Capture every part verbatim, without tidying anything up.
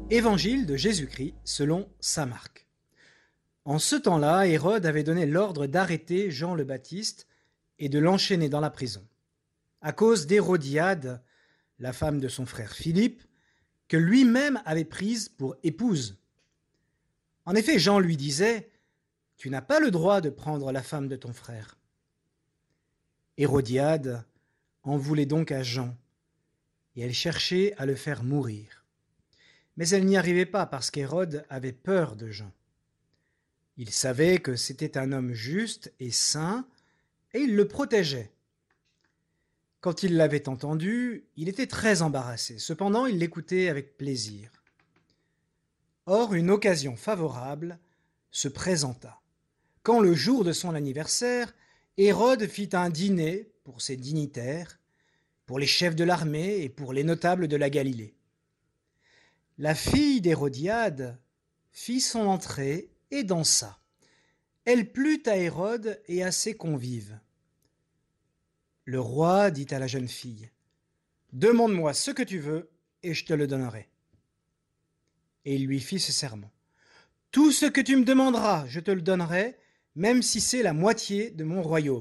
Évangile de Jésus-Christ selon saint Marc. En ce temps-là, Hérode avait donné l'ordre d'arrêter Jean le Baptiste et de l'enchaîner dans la prison, à cause d'Hérodiade, la femme de son frère Philippe, que lui-même avait prise pour épouse. En effet, Jean lui disait « Tu n'as pas le droit de prendre la femme de ton frère ». Hérodiade en voulait donc à Jean, et elle cherchait à le faire mourir. Mais elle n'y arrivait pas parce qu'Hérode avait peur de Jean. Il savait que c'était un homme juste et saint, et il le protégeait. Quand il l'avait entendu, il était très embarrassé. Cependant, il l'écoutait avec plaisir. Or, une occasion favorable se présenta. Quand le jour de son anniversaire, Hérode fit un dîner pour ses dignitaires, pour les chefs de l'armée et pour les notables de la Galilée. La fille d'Hérodiade fit son entrée et dansa. Elle plut à Hérode et à ses convives. Le roi dit à la jeune fille « Demande-moi ce que tu veux et je te le donnerai. » Et il lui fit ce serment. « Tout ce que tu me demanderas, je te le donnerai, même si c'est la moitié de mon royaume. »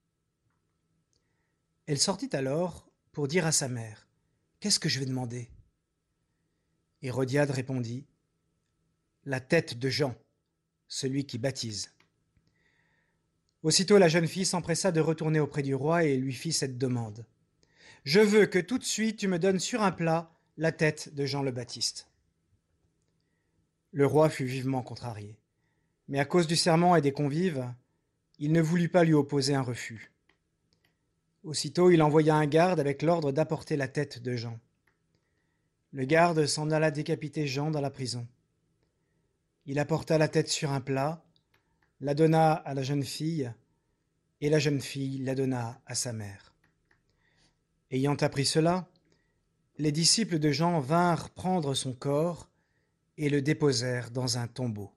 Elle sortit alors pour dire à sa mère « Qu'est-ce que je vais demander ?» Hérodiade répondit « La tête de Jean, celui qui baptise. » Aussitôt la jeune fille s'empressa de retourner auprès du roi et lui fit cette demande. « Je veux que tout de suite tu me donnes sur un plat la tête de Jean le Baptiste. » Le roi fut vivement contrarié, mais à cause du serment et des convives, il ne voulut pas lui opposer un refus. Aussitôt il envoya un garde avec l'ordre d'apporter la tête de Jean. Le garde s'en alla décapiter Jean dans la prison. Il apporta la tête sur un plat, la donna à la jeune fille, et la jeune fille la donna à sa mère. Ayant appris cela, les disciples de Jean vinrent prendre son corps et le déposèrent dans un tombeau.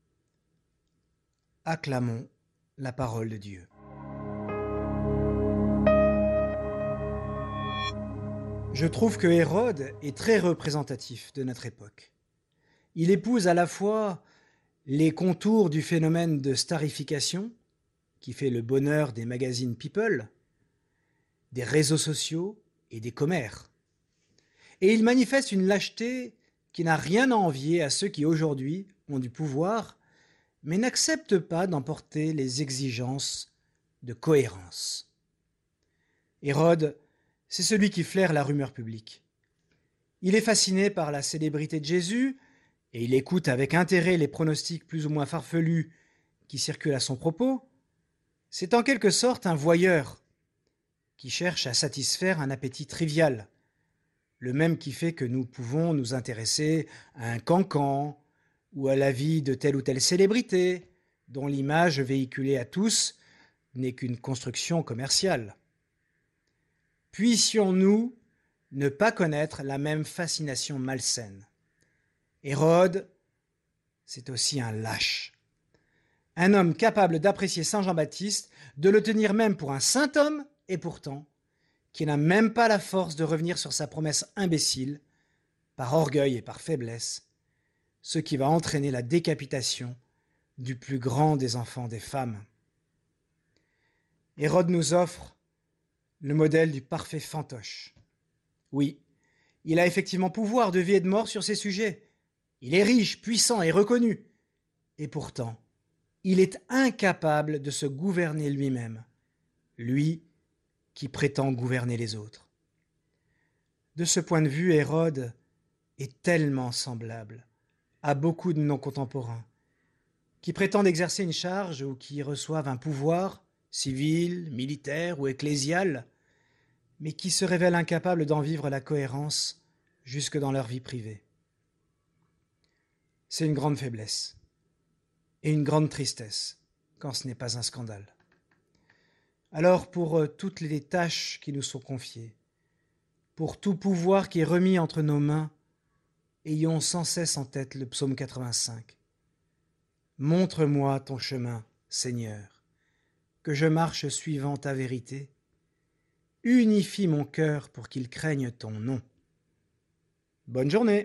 Acclamons la parole de Dieu. Je trouve que Hérode est très représentatif de notre époque. Il épouse à la fois les contours du phénomène de starification, qui fait le bonheur des magazines People, des réseaux sociaux et des commères. Et il manifeste une lâcheté qui n'a rien à envier à ceux qui aujourd'hui ont du pouvoir, mais n'acceptent pas d'emporter les exigences de cohérence. Hérode, c'est celui qui flaire la rumeur publique. Il est fasciné par la célébrité de Jésus et il écoute avec intérêt les pronostics plus ou moins farfelus qui circulent à son propos. C'est en quelque sorte un voyeur qui cherche à satisfaire un appétit trivial, le même qui fait que nous pouvons nous intéresser à un cancan ou à la vie de telle ou telle célébrité dont l'image véhiculée à tous n'est qu'une construction commerciale. Puissions-nous ne pas connaître la même fascination malsaine. Hérode, c'est aussi un lâche. Un homme capable d'apprécier Saint Jean-Baptiste, de le tenir même pour un saint homme, et pourtant, qui n'a même pas la force de revenir sur sa promesse imbécile, par orgueil et par faiblesse, ce qui va entraîner la décapitation du plus grand des enfants des femmes. Hérode nous offre le modèle du parfait fantoche. Oui, il a effectivement pouvoir de vie et de mort sur ces sujets. Il est riche, puissant et reconnu. Et pourtant, il est incapable de se gouverner lui-même, lui qui prétend gouverner les autres. De ce point de vue, Hérode est tellement semblable à beaucoup de nos contemporains qui prétendent exercer une charge ou qui reçoivent un pouvoir civil, militaire ou ecclésial, mais qui se révèlent incapables d'en vivre la cohérence jusque dans leur vie privée. C'est une grande faiblesse et une grande tristesse quand ce n'est pas un scandale. Alors pour toutes les tâches qui nous sont confiées, pour tout pouvoir qui est remis entre nos mains, ayons sans cesse en tête le psaume quatre-vingt-cinq. Montre-moi ton chemin, Seigneur, que je marche suivant ta vérité. Unifie mon cœur pour qu'il craigne ton nom. Bonne journée!